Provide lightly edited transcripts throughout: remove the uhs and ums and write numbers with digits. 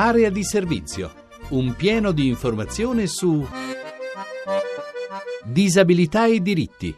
Area di servizio, un pieno di informazione su disabilità e diritti.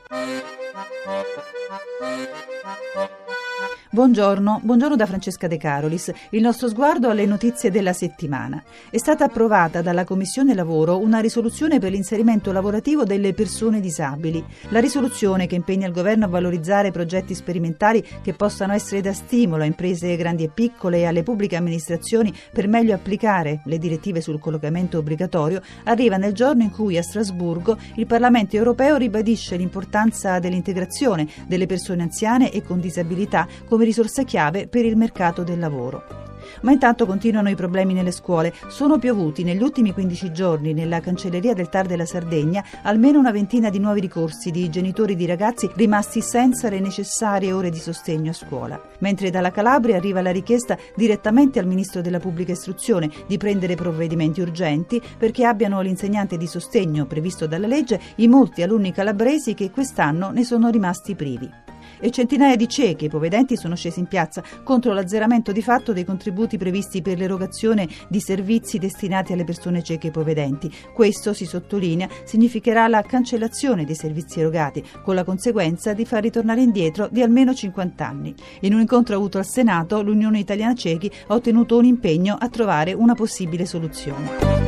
Buongiorno da Francesca De Carolis. Il nostro sguardo alle notizie della settimana. È stata approvata dalla Commissione Lavoro una risoluzione per l'inserimento lavorativo delle persone disabili. La risoluzione, che impegna il governo a valorizzare progetti sperimentali che possano essere da stimolo a imprese grandi e piccole e alle pubbliche amministrazioni per meglio applicare le direttive sul collocamento obbligatorio, arriva nel giorno in cui a Strasburgo il Parlamento europeo ribadisce l'importanza dell'integrazione delle persone anziane e con disabilità come risorsa chiave per il mercato del lavoro. Ma intanto continuano i problemi nelle scuole. Sono piovuti negli ultimi 15 giorni nella cancelleria del TAR della Sardegna almeno una ventina di nuovi ricorsi di genitori di ragazzi rimasti senza le necessarie ore di sostegno a scuola. Mentre dalla Calabria arriva la richiesta direttamente al Ministro della Pubblica Istruzione di prendere provvedimenti urgenti perché abbiano l'insegnante di sostegno previsto dalla legge i molti alunni calabresi che quest'anno ne sono rimasti privi. E centinaia di ciechi e ipovedenti sono scesi in piazza contro l'azzeramento di fatto dei contributi previsti per l'erogazione di servizi destinati alle persone cieche e ipovedenti. Questo, si sottolinea, significherà la cancellazione dei servizi erogati, con la conseguenza di far ritornare indietro di almeno 50 anni. In un incontro avuto al Senato, l'Unione Italiana Ciechi ha ottenuto un impegno a trovare una possibile soluzione.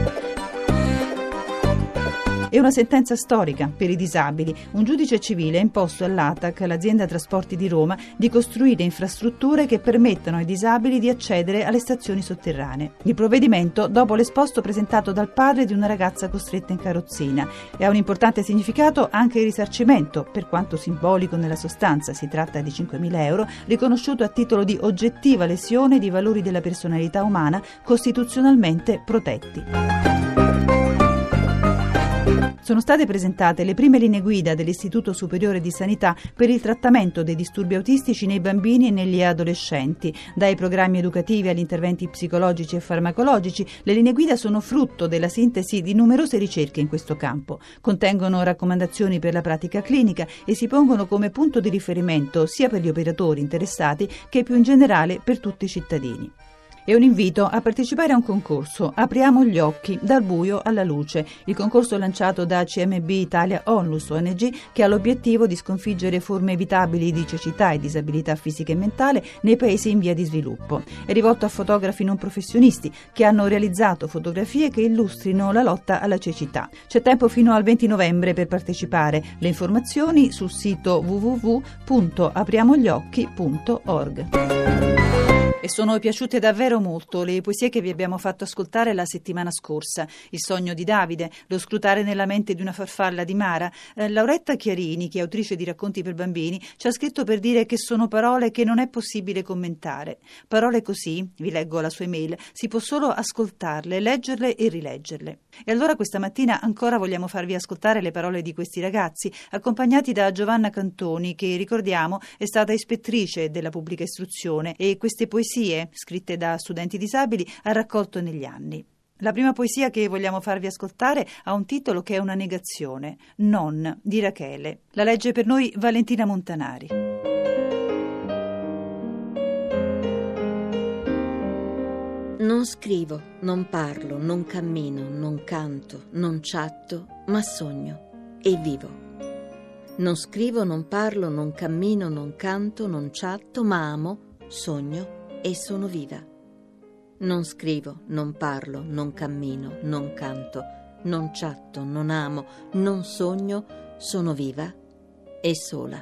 È una sentenza storica per i disabili. Un giudice civile ha imposto all'ATAC, l'azienda trasporti di Roma, di costruire infrastrutture che permettano ai disabili di accedere alle stazioni sotterranee. Il provvedimento dopo l'esposto presentato dal padre di una ragazza costretta in carrozzina e ha un importante significato anche il risarcimento, per quanto simbolico nella sostanza, si tratta di 5.000 euro, riconosciuto a titolo di oggettiva lesione di valori della personalità umana costituzionalmente protetti. Sono state presentate le prime linee guida dell'Istituto Superiore di Sanità per il trattamento dei disturbi autistici nei bambini e negli adolescenti. Dai programmi educativi agli interventi psicologici e farmacologici, le linee guida sono frutto della sintesi di numerose ricerche in questo campo. Contengono raccomandazioni per la pratica clinica e si pongono come punto di riferimento sia per gli operatori interessati che più in generale per tutti i cittadini. È un invito a partecipare a un concorso, Apriamo gli occhi, dal buio alla luce. Il concorso lanciato da CMB Italia Onlus ONG, che ha l'obiettivo di sconfiggere forme evitabili di cecità e disabilità fisica e mentale nei paesi in via di sviluppo. È rivolto a fotografi non professionisti che hanno realizzato fotografie che illustrino la lotta alla cecità. C'è tempo fino al 20 novembre per partecipare. Le informazioni sul sito www.apriamogliocchi.org. E sono piaciute davvero molto le poesie che vi abbiamo fatto ascoltare la settimana scorsa. Il sogno di Davide, lo scrutare nella mente di una farfalla di Mara. Lauretta Chiarini, che è autrice di racconti per bambini, ci ha scritto per dire che sono parole che non è possibile commentare. Parole così, vi leggo la sua email, si può solo ascoltarle, leggerle e rileggerle. E allora questa mattina ancora vogliamo farvi ascoltare le parole di questi ragazzi, accompagnati da Giovanna Cantoni, che ricordiamo è stata ispettrice della pubblica istruzione e queste poesie scritte da studenti disabili ha raccolto negli anni. La prima poesia che vogliamo farvi ascoltare ha un titolo che è una negazione, Non, di Rachele. La legge per noi Valentina Montanari. Non scrivo, non parlo, non cammino, non canto, non chatto, ma sogno e vivo. Non scrivo, non parlo, non cammino, non canto, non chatto, ma amo, sogno e sono viva. Non scrivo, non parlo, non cammino, non canto, non chatto, non amo, non sogno, sono viva e sola.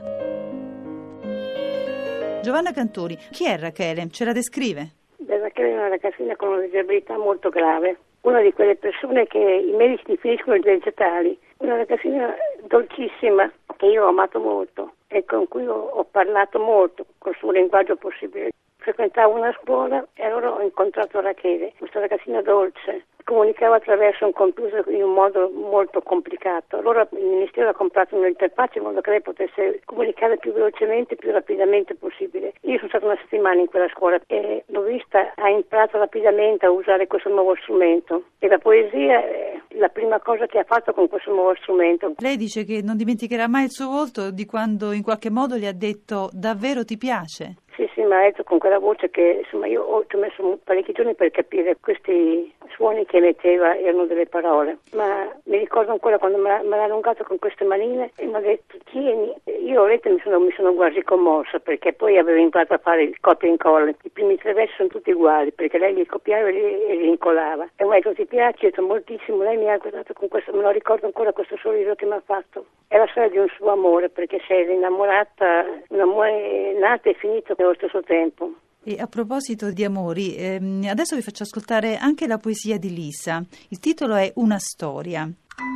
Giovanna Cantoni, chi è Rachele? Ce la descrive? Rachele è una ragazzina con una disabilità molto grave, una di quelle persone che i medici definiscono vegetali, una ragazzina dolcissima che io ho amato molto e con cui ho parlato molto col suo linguaggio possibile. Frequentavo una scuola e allora ho incontrato Rachele, questa ragazzina dolce. Comunicava attraverso un computer in un modo molto complicato. Allora il Ministero ha comprato un'interfaccia in modo che lei potesse comunicare più velocemente, più rapidamente possibile. Io sono stata una settimana in quella scuola e l'ho vista, ha imparato rapidamente a usare questo nuovo strumento. E la poesia è la prima cosa che ha fatto con questo nuovo strumento. Lei dice che non dimenticherà mai il suo volto di quando in qualche modo gli ha detto davvero ti piace? Sì, mi ha detto con quella voce che insomma io ci ho messo parecchi giorni per capire questi suoni che emetteva erano delle parole, ma mi ricordo ancora quando me l'ha allungato con queste manine e mi ha detto tieni. Io ho letto e mi sono quasi commossa, perché poi avevo imparato a fare il copia e incolla. I primi 3 versi sono tutti uguali, perché lei li copiava e li incollava. E mi ha detto ti piace? Ho detto moltissimo. Lei mi ha guardato con questo, me lo ricordo ancora, questo sorriso che mi ha fatto. È la storia di un suo amore, perché sei innamorata, un amore nato e finito allo stesso tempo. E a proposito di amori, adesso vi faccio ascoltare anche la poesia di Lisa. Il titolo è Una storia.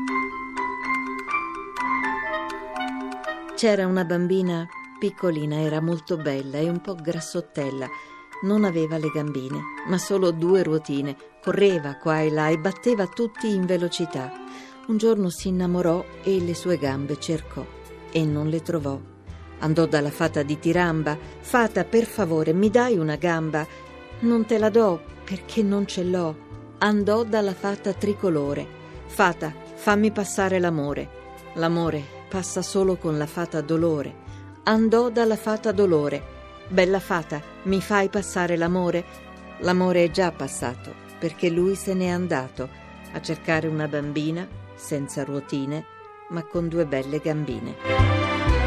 C'era una bambina piccolina, era molto bella e un po' grassottella. Non aveva le gambine, ma solo 2 ruotine. Correva qua e là e batteva tutti in velocità. Un giorno si innamorò e le sue gambe cercò e non le trovò. Andò dalla fata di Tiramba. Fata, per favore, mi dai una gamba? Non te la do perché non ce l'ho. Andò dalla fata tricolore. Fata, fammi passare l'amore. L'amore passa solo con la fata dolore. Andò dalla fata dolore. Bella fata, mi fai passare l'amore? L'amore è già passato, perché lui se n'è andato a cercare una bambina senza ruotine, ma con 2 belle gambine.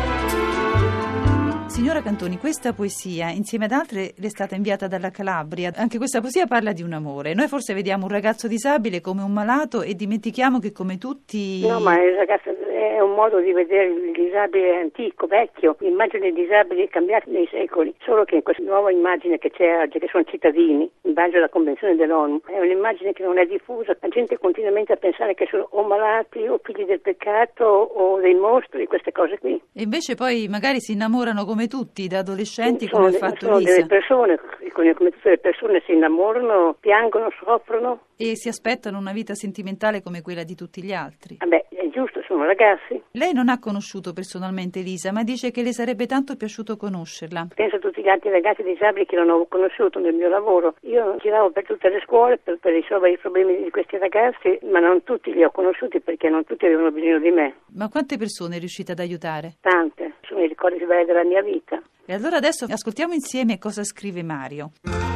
Signora Cantoni, questa poesia, insieme ad altre, le è stata inviata dalla Calabria. Anche questa poesia parla di un amore. Noi forse vediamo un ragazzo disabile come un malato e dimentichiamo che come tutti... No, ma il ragazzo è un modo di vedere il disabile antico, vecchio. L'immagine dei disabili è cambiata nei secoli, solo che in questa nuova immagine che c'è oggi, che sono cittadini, in base alla Convenzione dell'ONU, è un'immagine che non è diffusa. La gente continuamente a pensare che sono o malati o figli del peccato o dei mostri, queste cose qui. E invece poi magari si innamorano come tutti, da adolescenti, come ha fatto sono Lisa. Delle persone, come tutte le persone, si innamorano, piangono, soffrono. E si aspettano una vita sentimentale come quella di tutti gli altri. Vabbè, è giusto, sono ragazzi. Lei non ha conosciuto personalmente Lisa, ma dice che le sarebbe tanto piaciuto conoscerla. Penso a tutti gli altri ragazzi disabili che non ho conosciuto nel mio lavoro. Io giravo per tutte le scuole per risolvere i problemi di questi ragazzi, ma non tutti li ho conosciuti perché non tutti avevano bisogno di me. Ma quante persone è riuscita ad aiutare? Tante, sono i ricordi più belli della mia vita. E allora adesso ascoltiamo insieme cosa scrive Mario.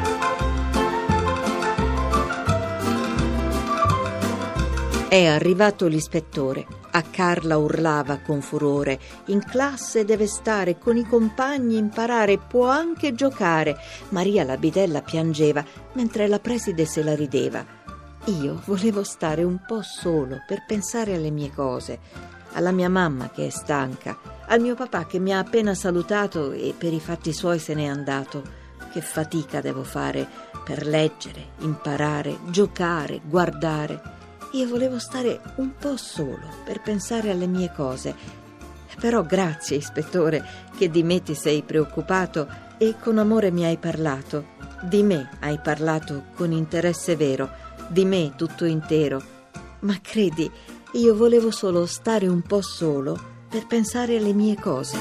È arrivato l'ispettore. A Carla urlava con furore. In classe deve stare, con i compagni imparare, può anche giocare. Maria la bidella piangeva, mentre la preside se la rideva. Io volevo stare un po' solo per pensare alle mie cose, alla mia mamma che è stanca, al mio papà che mi ha appena salutato e per i fatti suoi se n'è andato. Che fatica devo fare per leggere, imparare, giocare, guardare. Io volevo stare un po' solo per pensare alle mie cose. Però grazie, ispettore, che di me ti sei preoccupato e con amore mi hai parlato. Di me hai parlato con interesse vero, di me tutto intero. Ma credi, io volevo solo stare un po' solo per pensare alle mie cose.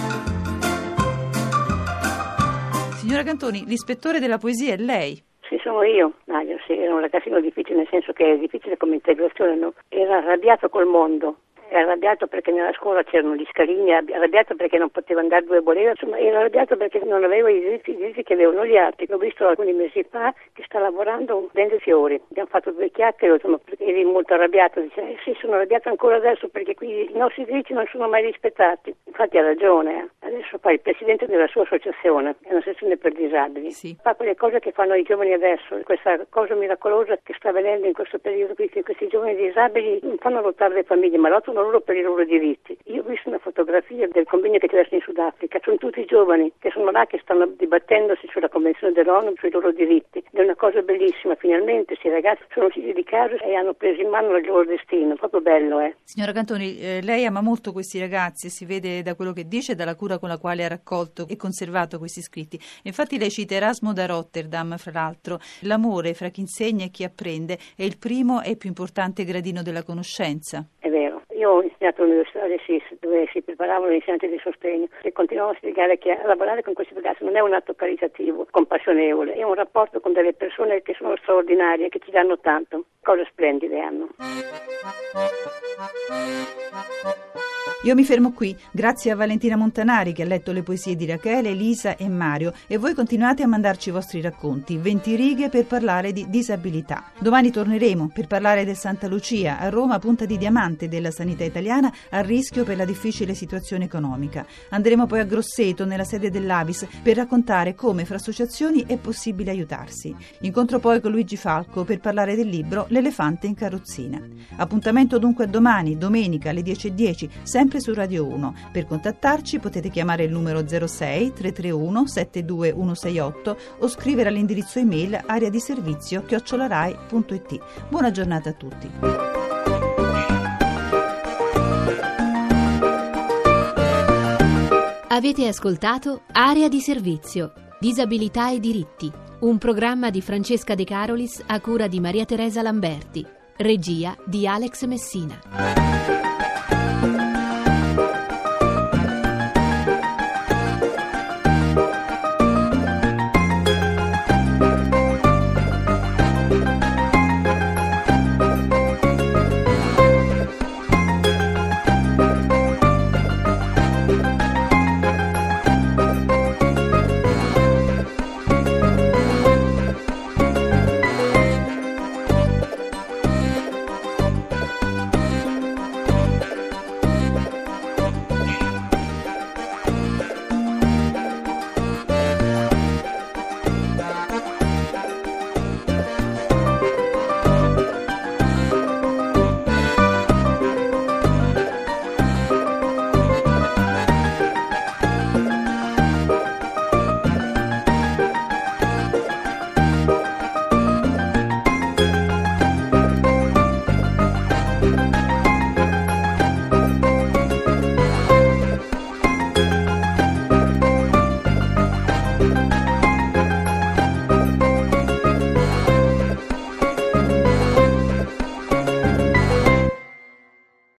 Signora Cantoni, l'ispettore della poesia è lei. Sì, sono io. Mario, sì, era un ragazzino difficile, nel senso che è difficile come integrazione, no? Era arrabbiato col mondo. Era arrabbiato perché nella scuola c'erano gli scalini, arrabbiato perché non poteva andare dove voleva, insomma era arrabbiato perché non aveva i diritti che avevano gli altri. L'ho visto alcuni mesi fa che sta lavorando vendendo fiori. Abbiamo fatto 2 chiacchiere, insomma, perché eri molto arrabbiato. Dice, sì, sono arrabbiato ancora adesso perché qui i nostri diritti non sono mai rispettati. Infatti ha ragione. Adesso fa il presidente della sua associazione, è un'associazione per disabili. Sì. Fa quelle cose che fanno i giovani adesso, questa cosa miracolosa che sta avvenendo in questo periodo qui, che questi giovani disabili non fanno lottare le famiglie, ma lottano loro per i loro diritti. Io ho visto una fotografia del convegno che c'è adesso in Sudafrica, sono tutti giovani che sono là, che stanno dibattendosi sulla Convenzione dell'ONU sui loro diritti. È una cosa bellissima, finalmente questi ragazzi sono usciti di casa e hanno preso in mano il loro destino, proprio bello, Signora Cantoni, lei ama molto questi ragazzi, si vede da quello che dice e dalla cura con la quale ha raccolto e conservato questi scritti. Infatti lei cita Erasmo da Rotterdam, fra l'altro: l'amore fra chi insegna e chi apprende è il primo e più importante gradino della conoscenza. È vero. Io ho insegnato all'Università del SIS, dove si preparavano gli insegnanti di sostegno, e continuavo a spiegare che lavorare con questi ragazzi non è un atto caritativo, compassionevole, è un rapporto con delle persone che sono straordinarie, che ci danno tanto, cose splendide hanno. Io mi fermo qui, grazie a Valentina Montanari che ha letto le poesie di Rachele, Lisa e Mario, e voi continuate a mandarci i vostri racconti, 20 righe per parlare di disabilità. Domani torneremo per parlare del Santa Lucia, a Roma punta di diamante della sanità italiana a rischio per la difficile situazione economica. Andremo poi a Grosseto, nella sede dell'Avis, per raccontare come fra associazioni è possibile aiutarsi. Incontro poi con Luigi Falco per parlare del libro L'elefante in carrozzina. Appuntamento dunque a domani, domenica alle 10:10, sempre su Radio 1. Per contattarci potete chiamare il numero 06 331 72168 o scrivere all'indirizzo email areadiservizio@rai.it. Buona giornata a tutti. Avete ascoltato Area di Servizio, Disabilità e Diritti, un programma di Francesca De Carolis a cura di Maria Teresa Lamberti, regia di Alex Messina.